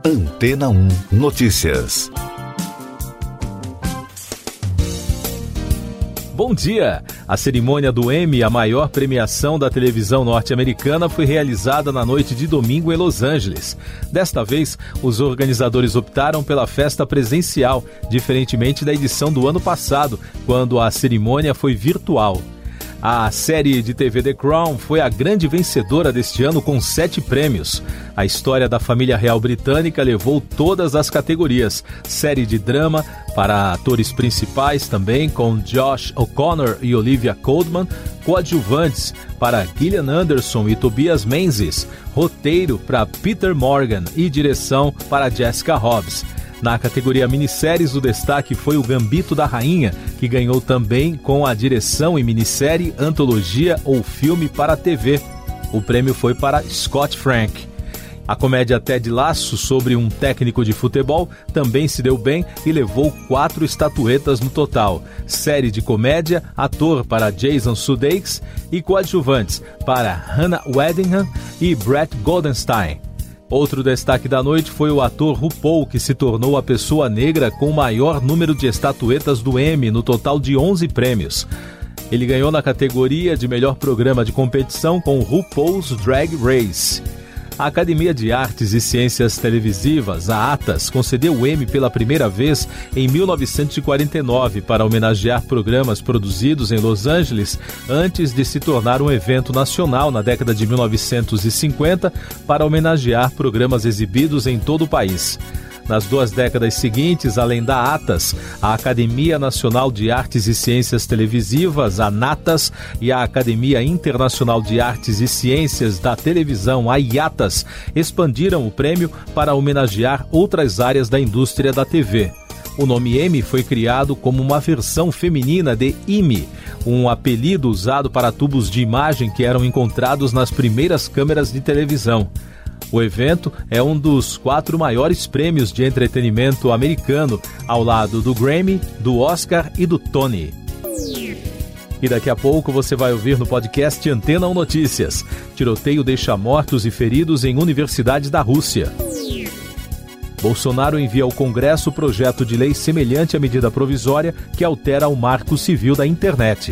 Antena 1 Notícias. Bom dia! A cerimônia do Emmy, a maior premiação da televisão norte-americana, foi realizada na noite de domingo em Los Angeles. Desta vez, os organizadores optaram pela festa presencial, diferentemente da edição do ano passado, quando a cerimônia foi virtual. A série de TV The Crown foi a grande vencedora deste ano com 7 prêmios. A história da família real britânica levou todas as categorias. Série de drama para atores principais também, com Josh O'Connor e Olivia Colman. Coadjuvantes para Gillian Anderson e Tobias Menzies. Roteiro para Peter Morgan e direção para Jessica Hobbs. Na categoria minisséries, o destaque foi o Gambito da Rainha, que ganhou também com a direção em minissérie, antologia ou filme para a TV. O prêmio foi para Scott Frank. A comédia Ted Lasso, sobre um técnico de futebol, também se deu bem e levou 4 estatuetas no total. Série de comédia, ator para Jason Sudeikis e coadjuvantes para Hannah Waddingham e Brett Goldenstein. Outro destaque da noite foi o ator RuPaul, que se tornou a pessoa negra com o maior número de estatuetas do Emmy, no total de 11 prêmios. Ele ganhou na categoria de melhor programa de competição com RuPaul's Drag Race. A Academia de Artes e Ciências Televisivas, a ATAS, concedeu o Emmy pela primeira vez em 1949 para homenagear programas produzidos em Los Angeles antes de se tornar um evento nacional na década de 1950 para homenagear programas exibidos em todo o país. Nas 2 décadas seguintes, além da ATAS, a Academia Nacional de Artes e Ciências Televisivas, a NATAS, e a Academia Internacional de Artes e Ciências da Televisão, a IATAS, expandiram o prêmio para homenagear outras áreas da indústria da TV. O nome Emmy foi criado como uma versão feminina de Emmy, um apelido usado para tubos de imagem que eram encontrados nas primeiras câmeras de televisão. O evento é um dos 4 maiores prêmios de entretenimento americano, ao lado do Grammy, do Oscar e do Tony. E daqui a pouco você vai ouvir no podcast Antena 1 Notícias. Tiroteio deixa mortos e feridos em universidades da Rússia. Bolsonaro envia ao Congresso projeto de lei semelhante à medida provisória que altera o Marco Civil da Internet.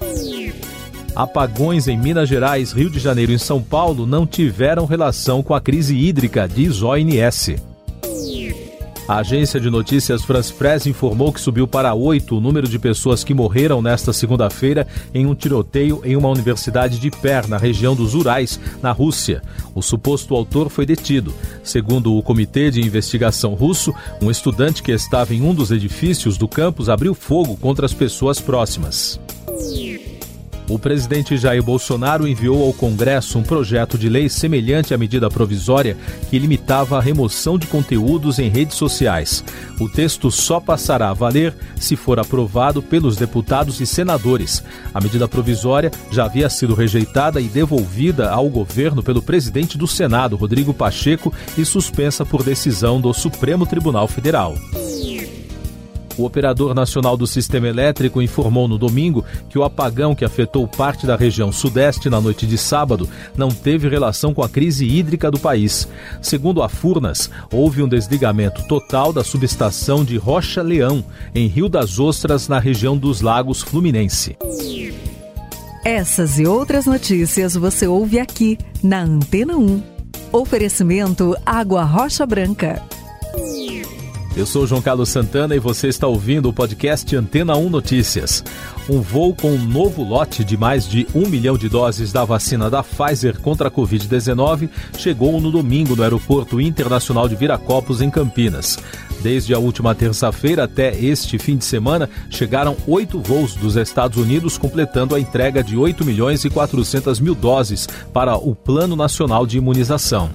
Apagões em Minas Gerais, Rio de Janeiro e São Paulo não tiveram relação com a crise hídrica, diz ONS. A agência de notícias France Press informou que subiu para 8 o número de pessoas que morreram nesta segunda-feira em um tiroteio em uma universidade de Perm, na região dos Urais, na Rússia. O suposto autor foi detido. Segundo o Comitê de Investigação russo, um estudante que estava em um dos edifícios do campus abriu fogo contra as pessoas próximas. O presidente Jair Bolsonaro enviou ao Congresso um projeto de lei semelhante à medida provisória que limitava a remoção de conteúdos em redes sociais. O texto só passará a valer se for aprovado pelos deputados e senadores. A medida provisória já havia sido rejeitada e devolvida ao governo pelo presidente do Senado, Rodrigo Pacheco, e suspensa por decisão do Supremo Tribunal Federal. O Operador Nacional do Sistema Elétrico informou no domingo que o apagão que afetou parte da região sudeste na noite de sábado não teve relação com a crise hídrica do país. Segundo a Furnas, houve um desligamento total da subestação de Rocha Leão, em Rio das Ostras, na região dos Lagos Fluminense. Essas e outras notícias você ouve aqui na Antena 1. Oferecimento Água Rocha Branca. Eu sou João Carlos Santana e você está ouvindo o podcast Antena 1 Notícias. Um voo com um novo lote de mais de 1 milhão de doses da vacina da Pfizer contra a Covid-19 chegou no domingo no Aeroporto Internacional de Viracopos, em Campinas. Desde a última terça-feira até este fim de semana, chegaram 8 voos dos Estados Unidos, completando a entrega de 8 milhões e 400 mil doses para o Plano Nacional de Imunização.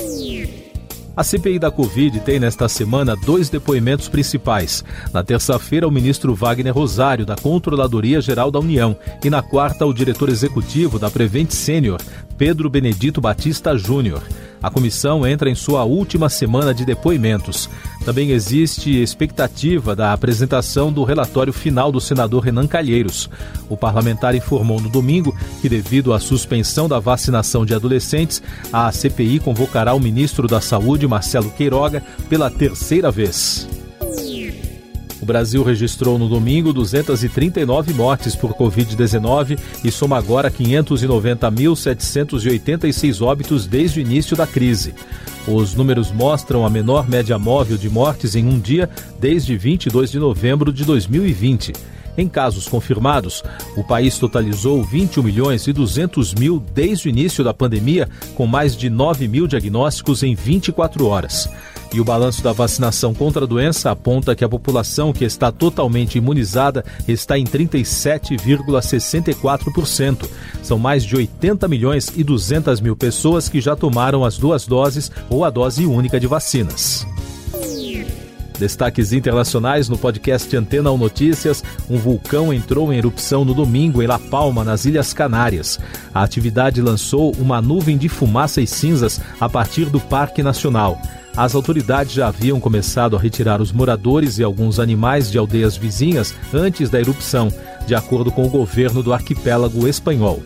A CPI da Covid tem nesta semana 2 depoimentos principais. Na terça-feira, o ministro Wagner Rosário, da Controladoria Geral da União, e na quarta, o diretor executivo da Prevent Senior, Pedro Benedito Batista Júnior. A comissão entra em sua última semana de depoimentos. Também existe expectativa da apresentação do relatório final do senador Renan Calheiros. O parlamentar informou no domingo que, devido à suspensão da vacinação de adolescentes, a CPI convocará o ministro da Saúde, Marcelo Queiroga, pela terceira vez. O Brasil registrou no domingo 239 mortes por Covid-19 e soma agora 590.786 óbitos desde o início da crise. Os números mostram a menor média móvel de mortes em um dia desde 22 de novembro de 2020. Em casos confirmados, o país totalizou 21.200.000 desde o início da pandemia, com mais de 9 mil diagnósticos em 24 horas. E o balanço da vacinação contra a doença aponta que a população que está totalmente imunizada está em 37,64%. São mais de 80.200.000 pessoas que já tomaram as 2 doses ou a dose única de vacinas. Destaques internacionais no podcast Antena 1 Notícias. Um vulcão entrou em erupção no domingo em La Palma, nas Ilhas Canárias. A atividade lançou uma nuvem de fumaça e cinzas a partir do Parque Nacional. As autoridades já haviam começado a retirar os moradores e alguns animais de aldeias vizinhas antes da erupção, de acordo com o governo do arquipélago espanhol.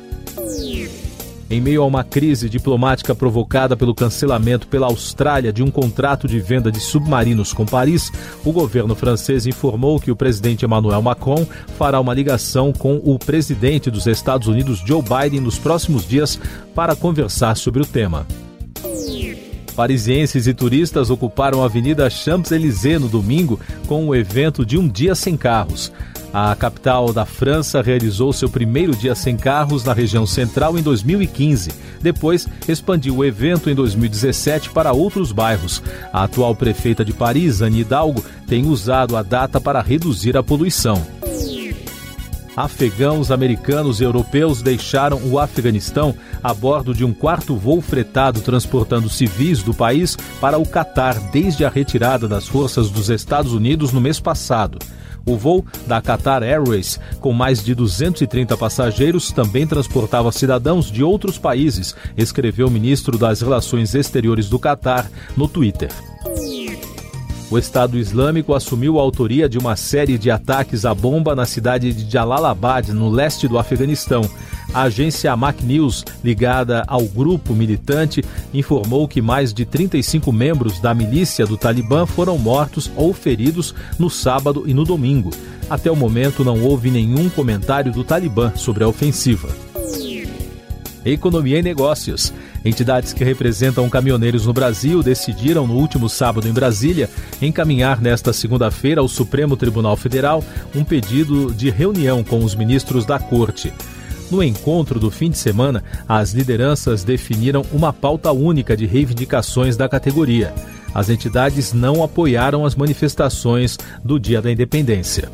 Em meio a uma crise diplomática provocada pelo cancelamento pela Austrália de um contrato de venda de submarinos com Paris, o governo francês informou que o presidente Emmanuel Macron fará uma ligação com o presidente dos Estados Unidos, Joe Biden, nos próximos dias para conversar sobre o tema. Parisienses e turistas ocuparam a Avenida Champs-Élysées no domingo com o evento de Um Dia Sem Carros. A capital da França realizou seu primeiro dia sem carros na região central em 2015. Depois, expandiu o evento em 2017 para outros bairros. A atual prefeita de Paris, Anne Hidalgo, tem usado a data para reduzir a poluição. Afegãos, americanos e europeus deixaram o Afeganistão a bordo de um 4º voo fretado transportando civis do país para o Catar desde a retirada das forças dos Estados Unidos no mês passado. O voo da Qatar Airways, com mais de 230 passageiros, também transportava cidadãos de outros países, escreveu o ministro das Relações Exteriores do Catar no Twitter. O Estado Islâmico assumiu a autoria de uma série de ataques à bomba na cidade de Jalalabad, no leste do Afeganistão. A agência Amaq News, ligada ao grupo militante, informou que mais de 35 membros da milícia do Talibã foram mortos ou feridos no sábado e no domingo. Até o momento não houve nenhum comentário do Talibã sobre a ofensiva. Economia e negócios. Entidades que representam caminhoneiros no Brasil decidiram no último sábado em Brasília encaminhar nesta segunda-feira ao Supremo Tribunal Federal um pedido de reunião com os ministros da Corte. No encontro do fim de semana, as lideranças definiram uma pauta única de reivindicações da categoria. As entidades não apoiaram as manifestações do Dia da Independência.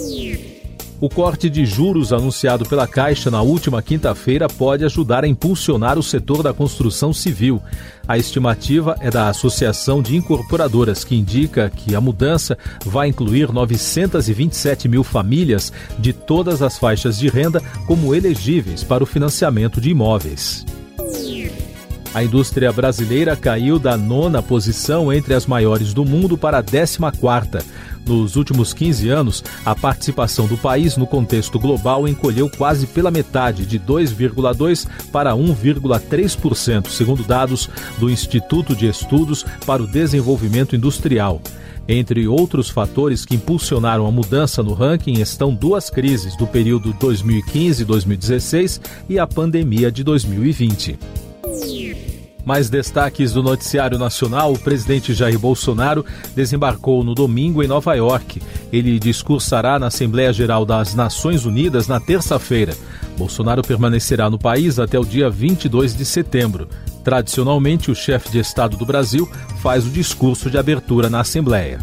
O corte de juros anunciado pela Caixa na última quinta-feira pode ajudar a impulsionar o setor da construção civil. A estimativa é da Associação de Incorporadoras, que indica que a mudança vai incluir 927 mil famílias de todas as faixas de renda como elegíveis para o financiamento de imóveis. A indústria brasileira caiu da 9ª posição entre as maiores do mundo para a 14ª. Nos últimos 15 anos, a participação do país no contexto global encolheu quase pela metade, de 2,2% para 1,3%, segundo dados do Instituto de Estudos para o Desenvolvimento Industrial. Entre outros fatores que impulsionaram a mudança no ranking estão 2 crises do período 2015-2016 e a pandemia de 2020. Mais destaques do noticiário nacional: o presidente Jair Bolsonaro desembarcou no domingo em Nova York. Ele discursará na Assembleia Geral das Nações Unidas na terça-feira. Bolsonaro permanecerá no país até o dia 22 de setembro. Tradicionalmente, o chefe de Estado do Brasil faz o discurso de abertura na Assembleia.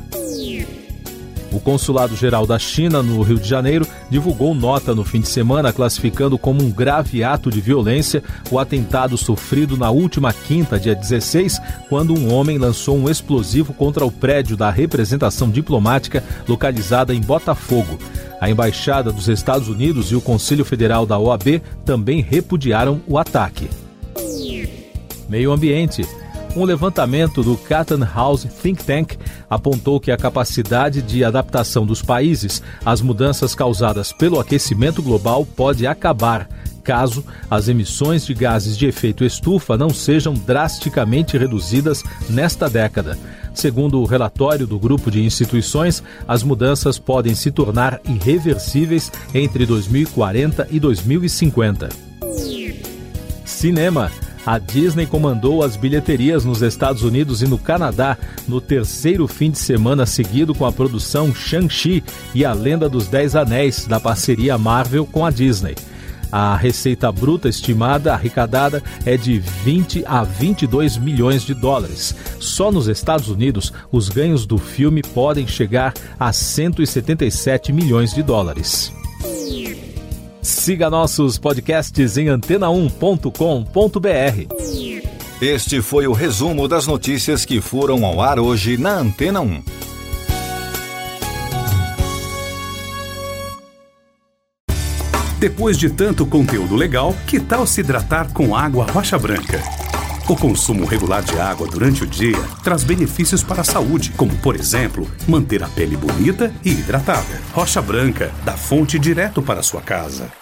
O Consulado-Geral da China, no Rio de Janeiro, divulgou nota no fim de semana classificando como um grave ato de violência o atentado sofrido na última quinta, dia 16, quando um homem lançou um explosivo contra o prédio da representação diplomática localizada em Botafogo. A Embaixada dos Estados Unidos e o Conselho Federal da OAB também repudiaram o ataque. Meio ambiente. Um levantamento do Chatham House Think Tank apontou que a capacidade de adaptação dos países às mudanças causadas pelo aquecimento global pode acabar, caso as emissões de gases de efeito estufa não sejam drasticamente reduzidas nesta década. Segundo o relatório do grupo de instituições, as mudanças podem se tornar irreversíveis entre 2040 e 2050. Cinema. A Disney comandou as bilheterias nos Estados Unidos e no Canadá no terceiro fim de semana seguido com a produção Shang-Chi e a Lenda dos 10 Anéis, da parceria Marvel com a Disney. A receita bruta estimada arrecadada é de 20 a 22 milhões de dólares. Só nos Estados Unidos, os ganhos do filme podem chegar a 177 milhões de dólares. Siga nossos podcasts em antena1.com.br. Este foi o resumo das notícias que foram ao ar hoje na Antena 1. Depois de tanto conteúdo legal, que tal se hidratar com água Rocha Branca? O consumo regular de água durante o dia traz benefícios para a saúde, como, por exemplo, manter a pele bonita e hidratada. Rocha Branca, da fonte direto para a sua casa.